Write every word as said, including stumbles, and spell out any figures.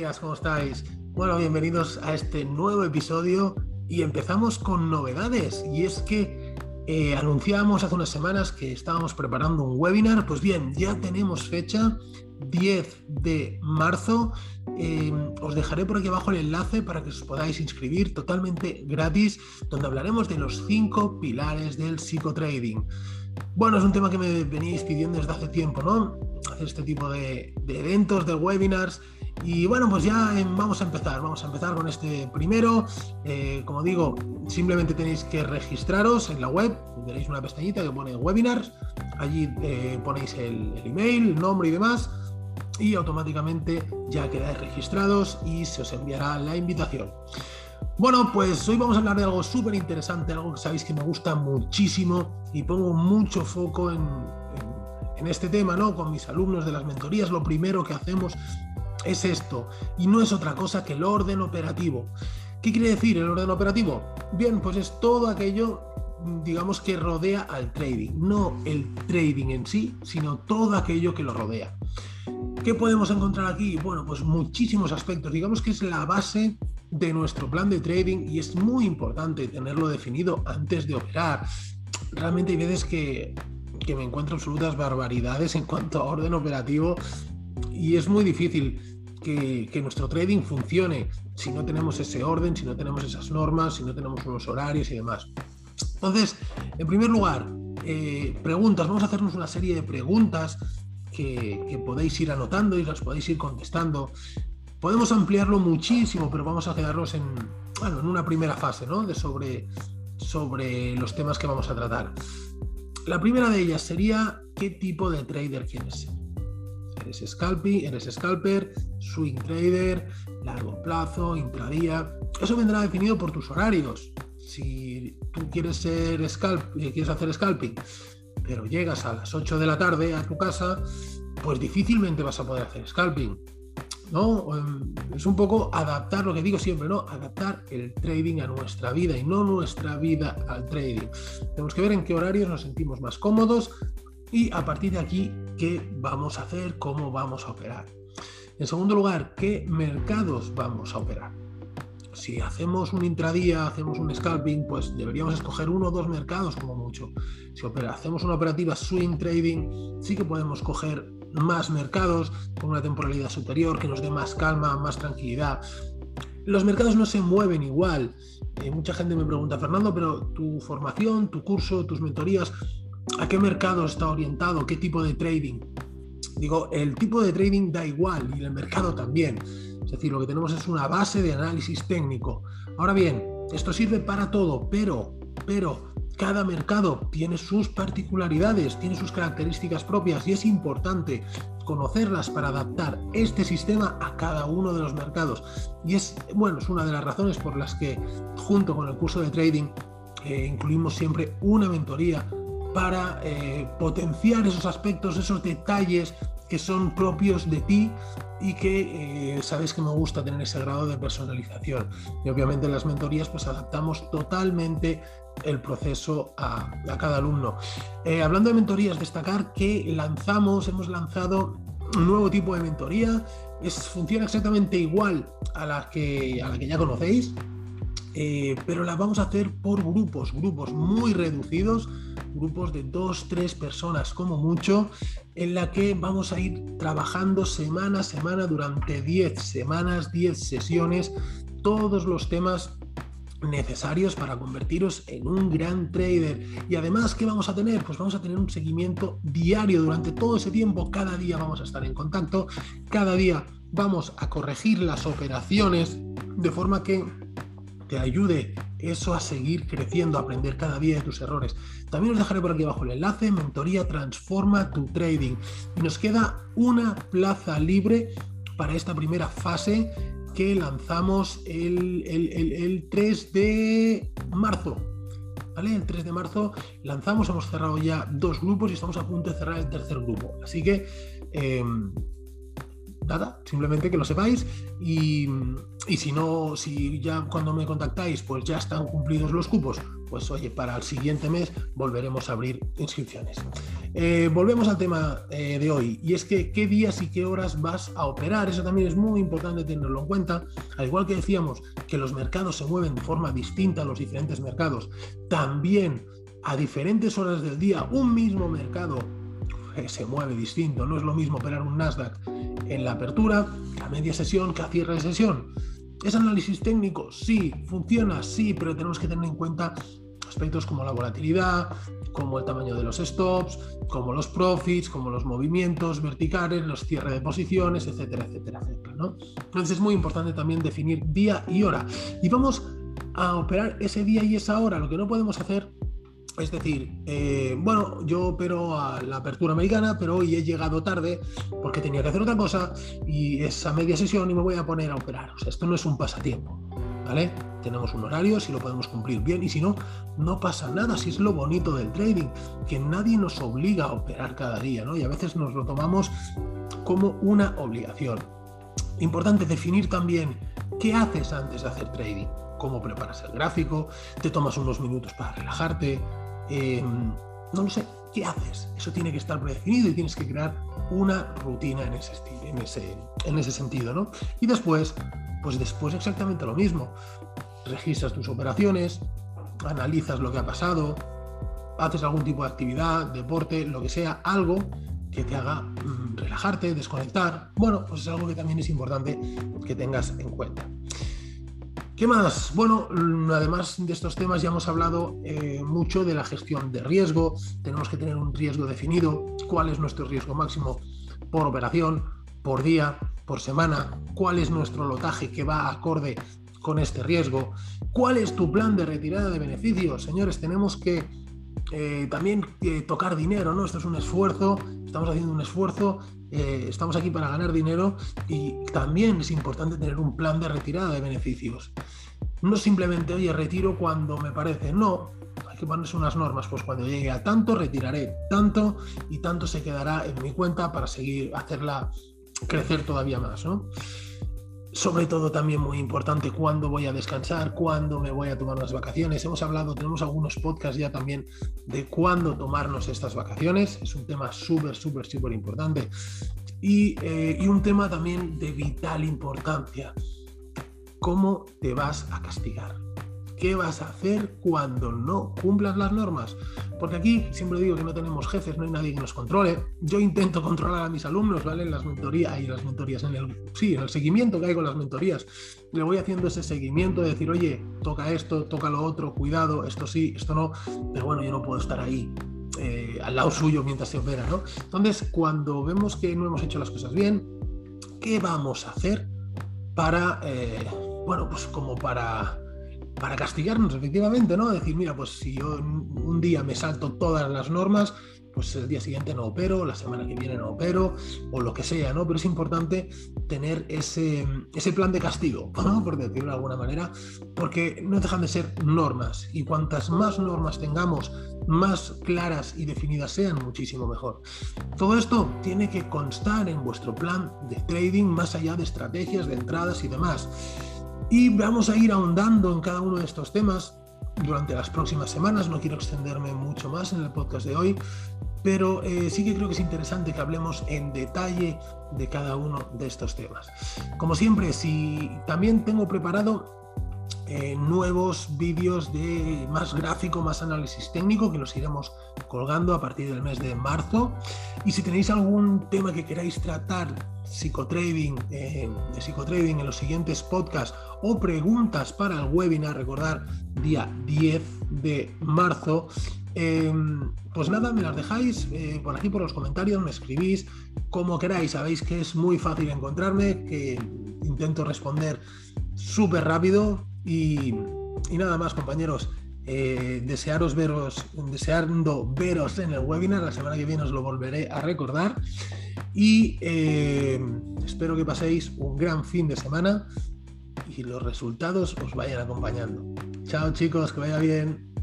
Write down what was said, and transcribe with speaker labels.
Speaker 1: días, ¿cómo estáis? Bueno, bienvenidos a este nuevo episodio y empezamos con novedades. Y es que eh, anunciábamos hace unas semanas que estábamos preparando un webinar. Pues bien, ya tenemos fecha, diez de marzo. Eh, os dejaré por aquí abajo el enlace para que os podáis inscribir totalmente gratis, donde hablaremos de los cinco pilares del psicotrading. Bueno, es un tema que me veníais pidiendo desde hace tiempo, ¿no? Hacer este tipo de, de eventos, de webinars. Y bueno, pues ya eh, vamos a empezar, vamos a empezar con este primero. Eh, como digo, simplemente tenéis que registraros en la web, veréis una pestañita que pone webinars, allí eh, ponéis el, el email, el nombre y demás, y automáticamente ya quedáis registrados y se os enviará la invitación. Bueno, pues hoy vamos a hablar de algo súper interesante, algo que sabéis que me gusta muchísimo y pongo mucho foco en, en, en este tema, ¿no? Con mis alumnos de las mentorías, lo primero que hacemos es esto, y no es otra cosa que el orden operativo. ¿Qué quiere decir el orden operativo? Bien, pues es todo aquello, digamos, que rodea al trading, no el trading en sí, sino todo aquello que lo rodea. ¿Qué podemos encontrar aquí? Bueno, pues muchísimos aspectos, digamos que es la base de nuestro plan de trading y es muy importante tenerlo definido antes de operar. Realmente hay veces que, que me encuentro absolutas barbaridades en cuanto a orden operativo y es muy difícil que, que nuestro trading funcione si no tenemos ese orden, si no tenemos esas normas, si no tenemos unos horarios y demás. Entonces, en primer lugar, eh, preguntas. Vamos a hacernos una serie de preguntas que, que podéis ir anotando y las podéis ir contestando. Podemos ampliarlo muchísimo, pero vamos a quedarnos en, bueno, en una primera fase, ¿no? De sobre, sobre los temas que vamos a tratar. La primera de ellas sería: ¿qué tipo de trader quieres ser? ¿Eres scalping, eres scalper, swing trader, largo plazo, intradía? Eso vendrá definido por tus horarios. Si tú quieres ser scalp, quieres hacer scalping, pero llegas a las ocho de la tarde a tu casa, pues difícilmente vas a poder hacer scalping, ¿no? Es un poco adaptar, lo que digo siempre, ¿no? Adaptar el trading a nuestra vida y no nuestra vida al trading. Tenemos que ver en qué horarios nos sentimos más cómodos y a partir de aquí, qué vamos a hacer, cómo vamos a operar. En segundo lugar, qué mercados vamos a operar. Si hacemos un intradía, hacemos un scalping, pues deberíamos escoger uno o dos mercados como mucho. Si opera, hacemos una operativa swing trading, sí que podemos coger más mercados con una temporalidad superior que nos dé más calma, más tranquilidad. Los mercados no se mueven igual. Eh, mucha gente me pregunta: Fernando, pero tu formación, tu curso, tus mentorías, ¿a qué mercado está orientado? ¿Qué tipo de trading? Digo, el tipo de trading da igual y el mercado también. Es decir, lo que tenemos es una base de análisis técnico. Ahora bien, esto sirve para todo, pero, pero cada mercado tiene sus particularidades, tiene sus características propias y es importante conocerlas para adaptar este sistema a cada uno de los mercados. Y es, bueno, es una de las razones por las que junto con el curso de trading eh, incluimos siempre una mentoría para eh, potenciar esos aspectos, esos detalles que son propios de ti y que eh, sabes que me gusta tener ese grado de personalización. Y obviamente en las mentorías pues adaptamos totalmente el proceso a, a cada alumno. Eh, hablando de mentorías, destacar que lanzamos, hemos lanzado un nuevo tipo de mentoría. Es, funciona exactamente igual a la que, a la que ya conocéis, eh, pero la vamos a hacer por grupos, grupos muy reducidos, grupos de dos, tres personas como mucho, en la que vamos a ir trabajando semana a semana durante diez semanas, diez sesiones, todos los temas necesarios para convertiros en un gran trader. Y además, ¿qué vamos a tener? Pues vamos a tener un seguimiento diario durante todo ese tiempo. Cada día vamos a estar en contacto, cada día vamos a corregir las operaciones de forma que te ayude eso a seguir creciendo, a aprender cada día de tus errores. También os dejaré por aquí abajo el enlace: Mentoría Transforma tu Trading. Y nos queda una plaza libre para esta primera fase que lanzamos el, el, el, el tres de marzo. ¿Vale? El tres de marzo lanzamos, hemos cerrado ya dos grupos y estamos a punto de cerrar el tercer grupo. Así que eh, nada, simplemente que lo sepáis y, y si no, si ya cuando me contactáis pues ya están cumplidos los cupos, pues oye, para el siguiente mes volveremos a abrir inscripciones. Eh, volvemos al tema eh, de hoy, y es que qué días y qué horas vas a operar. Eso también es muy importante tenerlo en cuenta. Al igual que decíamos que los mercados se mueven de forma distinta a los diferentes mercados, también a diferentes horas del día un mismo mercado se mueve distinto. No es lo mismo operar un Nasdaq en la apertura, a media sesión, que a cierre de sesión. ¿Es análisis técnico? Sí. ¿Funciona? Sí, pero tenemos que tener en cuenta aspectos como la volatilidad, como el tamaño de los stops, como los profits, como los movimientos verticales, los cierres de posiciones, etcétera, etcétera, etcétera, ¿no? Entonces es muy importante también definir día y hora. Y vamos a operar ese día y esa hora. Lo que no podemos hacer es decir, eh, bueno, yo opero a la apertura americana, pero hoy he llegado tarde porque tenía que hacer otra cosa y es a media sesión y me voy a poner a operar. O sea, esto no es un pasatiempo, ¿vale? Tenemos un horario, si lo podemos cumplir bien, y si no, no pasa nada. Si es lo bonito del trading, que nadie nos obliga a operar cada día, ¿no? Y a veces nos lo tomamos como una obligación. Importante definir también qué haces antes de hacer trading. Cómo preparas el gráfico, te tomas unos minutos para relajarte, eh, no lo sé, ¿qué haces? Eso tiene que estar predefinido y tienes que crear una rutina en ese, en ese, en ese sentido, ¿no? Y después, pues después exactamente lo mismo. Registras tus operaciones, analizas lo que ha pasado, haces algún tipo de actividad, deporte, lo que sea, algo que te haga mmm, relajarte, desconectar. Bueno, pues es algo que también es importante que tengas en cuenta. ¿Qué más? Bueno, además de estos temas ya hemos hablado eh, mucho de la gestión de riesgo. Tenemos que tener un riesgo definido. ¿Cuál es nuestro riesgo máximo por operación, por día, por semana? ¿Cuál es nuestro lotaje que va acorde con este riesgo? ¿Cuál es tu plan de retirada de beneficios? Señores, tenemos que eh, también eh, tocar dinero, ¿no? Esto es un esfuerzo, estamos haciendo un esfuerzo. Eh, estamos aquí para ganar dinero y también es importante tener un plan de retirada de beneficios. No simplemente, oye, retiro cuando me parece, no, hay que ponerse unas normas, pues cuando llegue a tanto retiraré tanto y tanto se quedará en mi cuenta para seguir, hacerla crecer todavía más, ¿no? Sobre todo también muy importante cuándo voy a descansar, cuándo me voy a tomar unas vacaciones. Hemos hablado, tenemos algunos podcasts ya también de cuándo tomarnos estas vacaciones. Es un tema súper, súper, súper importante. Y, eh, y un tema también de vital importancia. ¿Cómo te vas a castigar? ¿Qué vas a hacer cuando no cumplas las normas? Porque aquí siempre digo que no tenemos jefes, no hay nadie que nos controle. Yo intento controlar a mis alumnos, ¿vale? En las mentorías, y las mentorías, en el, sí, en el seguimiento que hay con las mentorías. Le voy haciendo ese seguimiento de decir, oye, toca esto, toca lo otro, cuidado, esto sí, esto no. Pero bueno, yo no puedo estar ahí eh, al lado suyo mientras se opera, ¿no? Entonces, cuando vemos que no hemos hecho las cosas bien, ¿qué vamos a hacer para, eh, bueno, pues como para... para castigarnos, efectivamente, ¿no? Decir, mira, pues si yo un día me salto todas las normas, pues el día siguiente no opero, la semana que viene no opero, o lo que sea, ¿no? Pero es importante tener ese, ese plan de castigo, ¿no? Por decirlo de alguna manera, porque no dejan de ser normas, y cuantas más normas tengamos, más claras y definidas sean, muchísimo mejor. Todo esto tiene que constar en vuestro plan de trading, más allá de estrategias, de entradas y demás. Y vamos a ir ahondando en cada uno de estos temas durante las próximas semanas. No quiero extenderme mucho más en el podcast de hoy, pero eh, sí que creo que es interesante que hablemos en detalle de cada uno de estos temas. Como siempre, si también tengo preparado eh, nuevos vídeos de más gráfico, más análisis técnico, que los iremos colgando a partir del mes de marzo. Y si tenéis algún tema que queráis tratar, psicotrading, eh, de psicotrading en los siguientes podcasts, o preguntas para el webinar, recordar, día diez de marzo, eh, pues nada, me las dejáis eh, por aquí por los comentarios, me escribís como queráis. Sabéis que es muy fácil encontrarme, que intento responder súper rápido y, y nada más, compañeros. Eh, desearos veros, deseando veros en el webinar. La semana que viene os lo volveré a recordar y eh, espero que paséis un gran fin de semana y los resultados os vayan acompañando. Chao, chicos, que vaya bien.